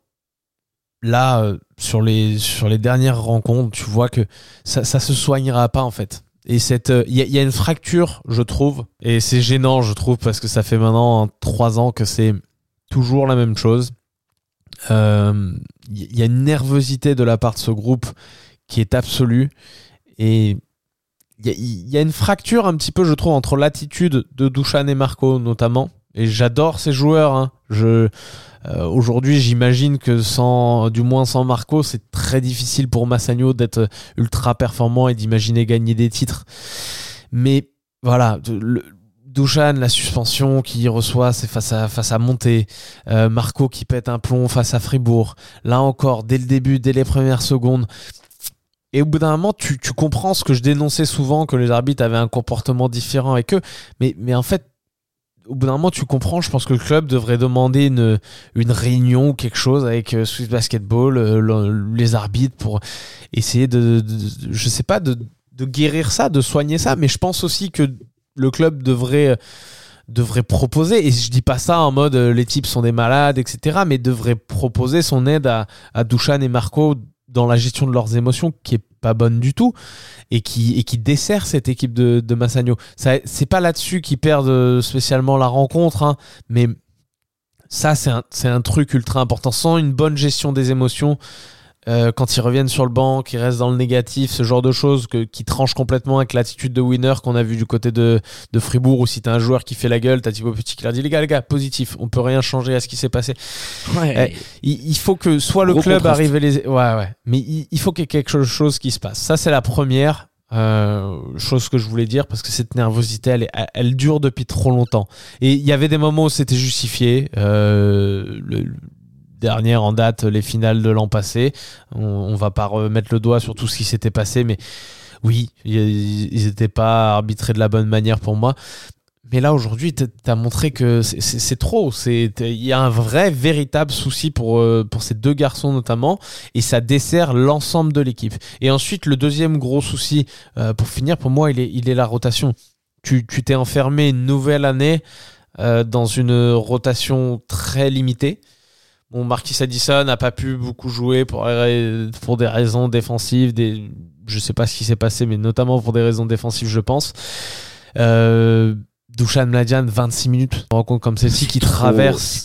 là, sur les dernières rencontres, tu vois que ça se soignera pas en fait. Et il y a une fracture, je trouve, et c'est gênant, je trouve, parce que ça fait maintenant 3 ans que c'est toujours la même chose. Il y a une nervosité de la part de ce groupe qui est absolue, et il y a une fracture un petit peu, je trouve, entre l'attitude de Dusan et Marco notamment, et j'adore ces joueurs, hein. Aujourd'hui, j'imagine que sans Marco, c'est très difficile pour Massagno d'être ultra performant et d'imaginer gagner des titres. Mais voilà, Dusan, la suspension qu'il reçoit, c'est face à Monté. Marco qui pète un plomb face à Fribourg. Là encore, dès le début, dès les premières secondes. Et au bout d'un moment, tu comprends ce que je dénonçais souvent, que les arbitres avaient un comportement différent avec eux. Mais en fait, au bout d'un moment, tu comprends, je pense que le club devrait demander une réunion ou quelque chose avec Swiss Basketball, les arbitres, pour essayer je sais pas, de guérir ça, de soigner ça. Mais je pense aussi que le club devrait proposer, et je dis pas ça en mode les types sont des malades, etc., mais devrait proposer son aide à Dusan et Marco dans la gestion de leurs émotions, qui est pas bonne du tout, et qui dessert cette équipe de Massagno. C'est pas là-dessus qu'ils perdent spécialement la rencontre, hein, mais ça c'est un truc ultra important. Sans une bonne gestion des émotions, quand ils reviennent sur le banc, qu'ils restent dans le négatif, ce genre de choses qui tranchent complètement avec l'attitude de winner qu'on a vu du côté de Fribourg, où si t'as un joueur qui fait la gueule, t'as Thibaut Petit qui leur dit les gars, positif, on peut rien changer à ce qui s'est passé. Ouais. Il faut que soit le club arrive mais il faut qu'il y ait quelque chose qui se passe. Ça, c'est la première chose que je voulais dire, parce que cette nervosité, elle dure depuis trop longtemps. Et il y avait des moments où c'était justifié. Dernière en date, les finales de l'an passé. On va pas remettre le doigt sur tout ce qui s'était passé, mais oui, ils n'étaient pas arbitrés de la bonne manière pour moi. Mais là, aujourd'hui, t'as montré que c'est trop. Il y a un véritable souci pour ces deux garçons notamment, et ça dessert l'ensemble de l'équipe. Et ensuite, le deuxième gros souci, pour finir, pour moi, il est la rotation. Tu t'es enfermé une nouvelle année dans une rotation très limitée. Bon, Marquis Addison n'a pas pu beaucoup jouer pour des raisons défensives. Je sais pas ce qui s'est passé, mais notamment pour des raisons défensives, je pense. Dusan Mladjan, 26 minutes, une rencontre comme celle-ci qui traverse,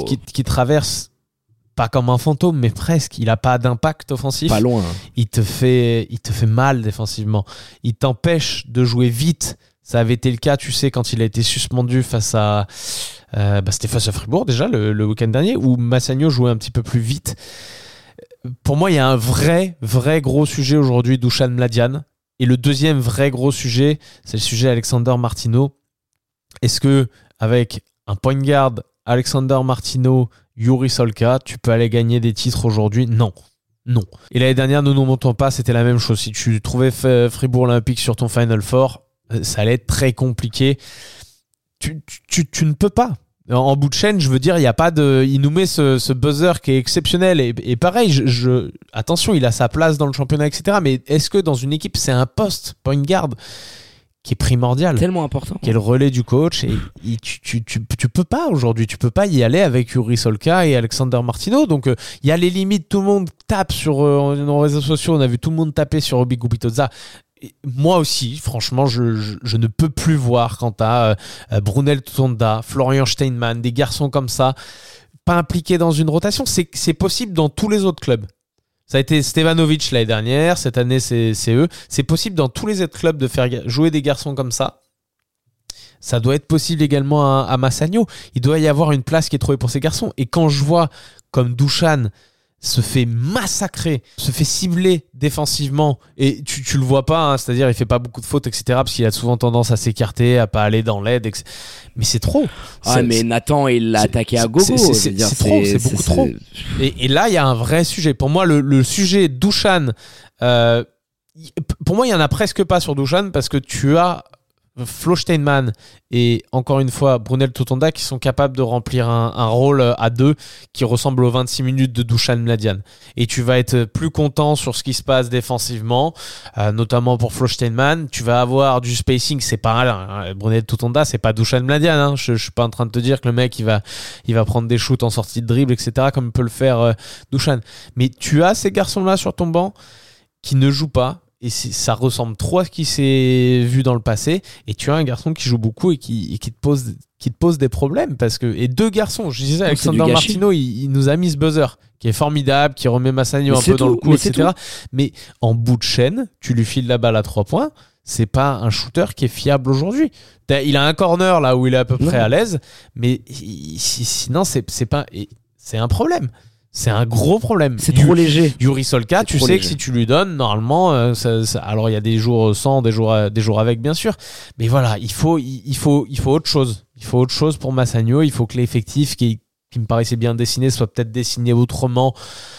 pas comme un fantôme, mais presque. Il a pas d'impact offensif. Pas loin. Il te fait mal défensivement. Il t'empêche de jouer vite. Ça avait été le cas, tu sais, quand il a été suspendu face à c'était face à Fribourg déjà le week-end dernier, où Massagno jouait un petit peu plus vite. Pour moi, il y a un vrai gros sujet aujourd'hui, Dusan Mladjan. Et le deuxième vrai gros sujet, c'est le sujet Alexander Martino. Est-ce que avec un point guard, Alexander Martino, Juri Solka, tu peux aller gagner des titres aujourd'hui ? Non. Et l'année dernière, nous montons pas, c'était la même chose. Si tu trouvais Fribourg Olympique sur ton Final Four, ça allait être très compliqué. Tu ne peux pas. En bout de chaîne, je veux dire, il y a pas de. Il nous met ce buzzer qui est exceptionnel et pareil. Attention, il a sa place dans le championnat, etc. Mais est-ce que dans une équipe, c'est un poste point guard qui est primordial, tellement important, qui est le relais du coach, et tu peux pas aujourd'hui, tu peux pas y aller avec Juri Solka et Alexander Martino. Donc il y a les limites. Tout le monde tape sur nos réseaux sociaux. On a vu tout le monde taper sur Obi Gupitoza. Moi aussi, franchement, je ne peux plus voir quand t'as Brunel Tutonda, Florian Steinmann, des garçons comme ça, pas impliqués dans une rotation. C'est possible dans tous les autres clubs. Ça a été Stevanovic l'année dernière, cette année c'est eux. C'est possible dans tous les autres clubs de faire jouer des garçons comme ça. Ça doit être possible également à Massagno. Il doit y avoir une place qui est trouvée pour ces garçons. Et quand je vois comme Dusan se fait massacrer, se fait cibler défensivement, et tu le vois pas, hein, c'est-à-dire il fait pas beaucoup de fautes, etc., parce qu'il a souvent tendance à s'écarter, à pas aller dans l'aide, etc. Mais c'est trop. Mais Nathan, il l'a attaqué à gogo. C'est trop, c'est beaucoup trop. Et là, il y a un vrai sujet. Pour moi, le sujet Dusan, pour moi, il y en a presque pas sur Dusan, parce que tu as Flo Steinmann et encore une fois Brunel Tutonda qui sont capables de remplir un rôle à deux qui ressemble aux 26 minutes de Dusan Mladjan, et tu vas être plus content sur ce qui se passe défensivement, notamment pour Flo Steinmann. Tu vas avoir du spacing, c'est pas mal, Brunel Tutonda, c'est pas Dusan Mladjan, hein. Je suis pas en train de te dire que le mec il va prendre des shoots en sortie de dribble, etc., comme peut le faire Dusan, mais tu as ces garçons là sur ton banc qui ne jouent pas. Et ça ressemble trop à ce qui s'est vu dans le passé. Et tu as un garçon qui joue beaucoup et qui te pose des problèmes. Et deux garçons, je disais, Alexander Martino, il nous a mis ce buzzer qui est formidable, qui remet Massagno un peu dans le coup, etc. Mais en bout de chaîne, tu lui files la balle à 3 points. C'est pas un shooter qui est fiable aujourd'hui. Il a un corner là où il est à peu près à l'aise. Mais sinon, c'est un problème. C'est un gros problème. C'est trop léger. Juri Solka, tu sais que si tu lui donnes, normalement, alors il y a des jours sans, des jours avec, bien sûr. Mais voilà, il faut autre chose. Il faut autre chose pour Massagno. Il faut que l'effectif qui me paraissait bien dessiné soit peut-être dessiné autrement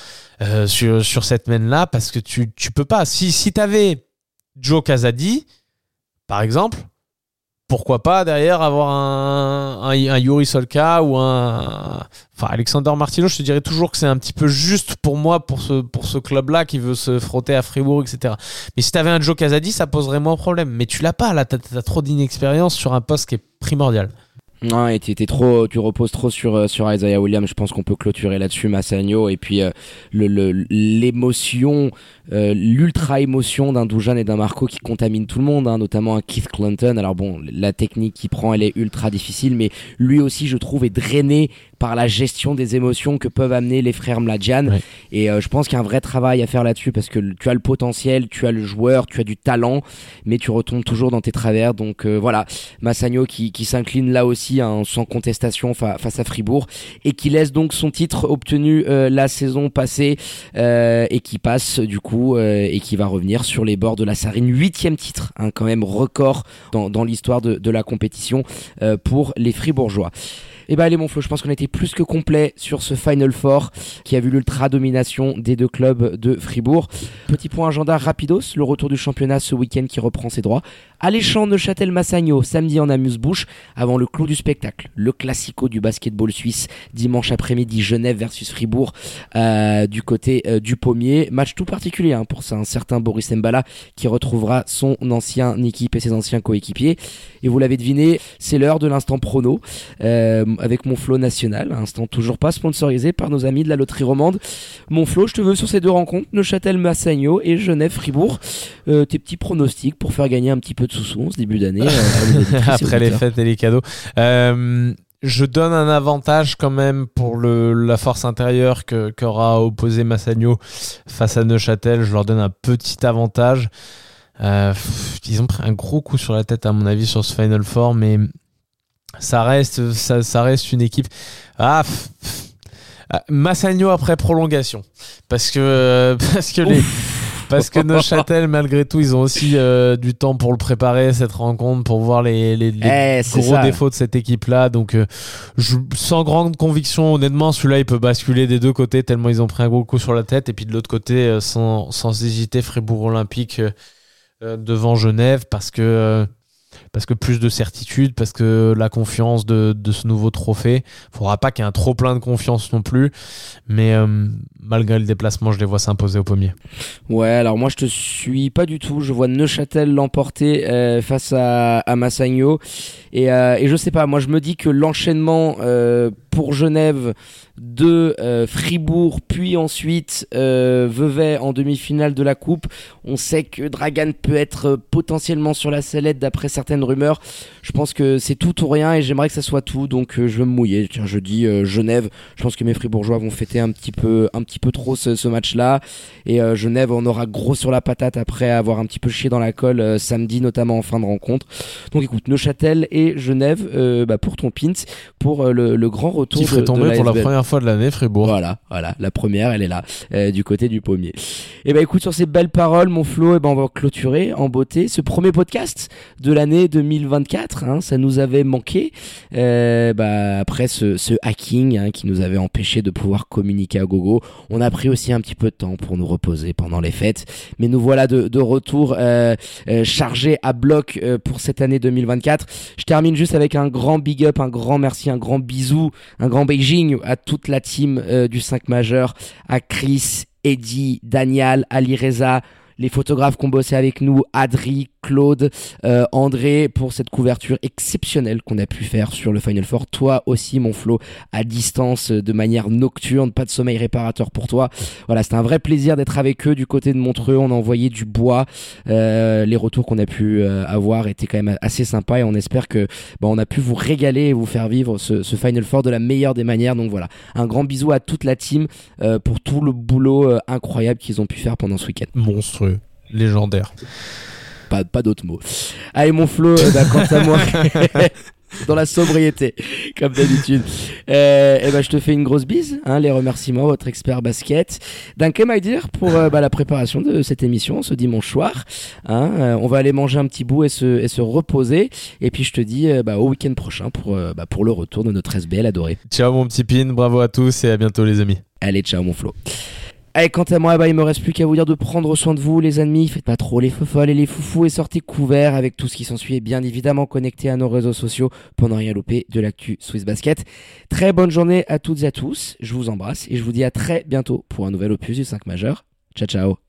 sur cette main-là, parce que tu peux pas. Si t'avais Joe Casady, par exemple, pourquoi pas derrière avoir un Juri Solka ou Alexander Martino. Je te dirais toujours que c'est un petit peu juste pour moi, pour ce club-là qui veut se frotter à Fribourg, etc. Mais si t'avais un Joe Casady, ça poserait moins de problème. Mais tu l'as pas, là, t'as trop d'inexpérience sur un poste qui est primordial. Non, et tu reposes trop sur Isaiah Williams. Je pense qu'on peut clôturer là-dessus, Massagno. Et puis l'émotion, l'ultra émotion d'un Dusan et d'un Marco qui contamine tout le monde, hein, notamment un Keith Clinton. Alors bon, la technique qu'il prend, elle est ultra difficile, mais lui aussi, je trouve, est drainé par la gestion des émotions que peuvent amener les frères Mladjan. Ouais. Et je pense qu'il y a un vrai travail à faire là-dessus, parce que tu as le potentiel, tu as le joueur, tu as du talent, mais tu retombes toujours dans tes travers. Donc voilà, Massagno qui s'incline là aussi, hein, sans contestation face à Fribourg, et qui laisse donc son titre obtenu la saison passée, et qui passe du coup et qui va revenir sur les bords de la Sarine. 8e titre, hein, quand même record dans l'histoire de la compétition pour les Fribourgeois. Et allez mon Flo, je pense qu'on a été plus que complet sur ce Final Four qui a vu l'ultra domination des deux clubs de Fribourg. Petit point agenda rapidos, le retour du championnat ce week-end qui reprend ses droits. Alléchant Neuchâtel-Massagno samedi en amuse-bouche avant le clou du spectacle, le classico du basketball suisse dimanche après-midi, Genève versus Fribourg du côté du Pommier. Match tout particulier pour un certain Boris Mbala qui retrouvera son ancienne équipe et ses anciens coéquipiers. Et vous l'avez deviné, c'est l'heure de l'instant prono avec mon Flo national, instant toujours pas sponsorisé par nos amis de la loterie romande. Mon Flo, je te veux sur ces deux rencontres, Neuchâtel-Massagno et Genève-Fribourg. Tes petits pronostics pour faire gagner un petit peu de sous-sous en ce début d'année. Après les fêtes et les cadeaux. Je donne un avantage quand même pour la force intérieure qu'aura opposé Massagno face à Neuchâtel. Je leur donne un petit avantage. Ils ont pris un gros coup sur la tête à mon avis sur ce Final Four, mais ça reste une équipe. Massagno après prolongation, parce que Neuchâtel, malgré tout, ils ont aussi du temps pour le préparer, cette rencontre, pour voir les gros défauts de cette équipe-là. Donc, sans grande conviction, honnêtement, celui-là, il peut basculer des deux côtés, tellement ils ont pris un gros coup sur la tête. Et puis de l'autre côté, sans hésiter, Fribourg Olympique devant Genève, parce que plus de certitude, parce que la confiance de ce nouveau trophée. Faudra pas qu'il y ait un trop plein de confiance non plus, mais malgré le déplacement, je les vois s'imposer au Pommier. Ouais, alors moi je te suis pas du tout. Je vois Neuchâtel l'emporter face à Massagno et je sais pas. Moi je me dis que l'enchaînement pour Genève de Fribourg, puis ensuite Vevey en demi-finale de la Coupe. On sait que Dragan peut être potentiellement sur la sellette d'après certaines rumeurs. Je pense que c'est tout ou rien et j'aimerais que ça soit tout, donc je vais me mouiller. Tiens, je dis Genève. Je pense que mes Fribourgeois vont fêter un petit peu trop ce match-là, et Genève on aura gros sur la patate après avoir un petit peu chié dans la colle samedi, notamment en fin de rencontre. Donc écoute, Neuchâtel et Genève pour ton pint, pour le grand retour qui ferait tomber pour la première fois de l'année Fribourg. Voilà, la première, elle est là, du côté du Pommier. Et écoute, sur ces belles paroles, mon Flo, on va clôturer en beauté ce premier podcast de l'année 2024. Ça nous avait manqué après ce hacking qui nous avait empêché de pouvoir communiquer à gogo. On a pris aussi un petit peu de temps pour nous reposer pendant les fêtes, mais nous voilà de retour chargés à bloc pour cette année 2024. Je termine juste avec un grand big up, un grand merci, un grand bisou, un grand Beijing à toute la team du 5 majeur, à Chris, Eddie, Daniel, Ali Reza, les photographes qui ont bossé avec nous, Adri, Claude, André, pour cette couverture exceptionnelle qu'on a pu faire sur le Final Four. Toi aussi, mon Flo, à distance, de manière nocturne, pas de sommeil réparateur pour toi. Voilà, c'était un vrai plaisir d'être avec eux du côté de Montreux. On a envoyé du bois. Les retours qu'on a pu avoir étaient quand même assez sympas, et on espère que on a pu vous régaler et vous faire vivre ce Final Four de la meilleure des manières. Donc voilà, un grand bisou à toute la team pour tout le boulot incroyable qu'ils ont pu faire pendant ce week-end. Monstrueux, légendaire. Pas d'autres mots. Allez mon Flo, quant à moi, dans la sobriété, comme d'habitude. Je te fais une grosse bise, les remerciements, votre expert basket. Danke my dear pour la préparation de cette émission ce dimanche soir. On va aller manger un petit bout et se reposer. Et puis je te dis au week-end prochain pour le retour de notre SBL adoré. Ciao mon petit pin, bravo à tous et à bientôt les amis. Allez, ciao mon Flo. Allez, quant à moi, il me reste plus qu'à vous dire de prendre soin de vous, les amis. Faites pas trop les folles et les foufous et sortez couverts avec tout ce qui s'ensuit, et bien évidemment connectés à nos réseaux sociaux pour ne rien louper de l'actu Swiss Basket. Très bonne journée à toutes et à tous. Je vous embrasse et je vous dis à très bientôt pour un nouvel opus du 5 majeur. Ciao, ciao.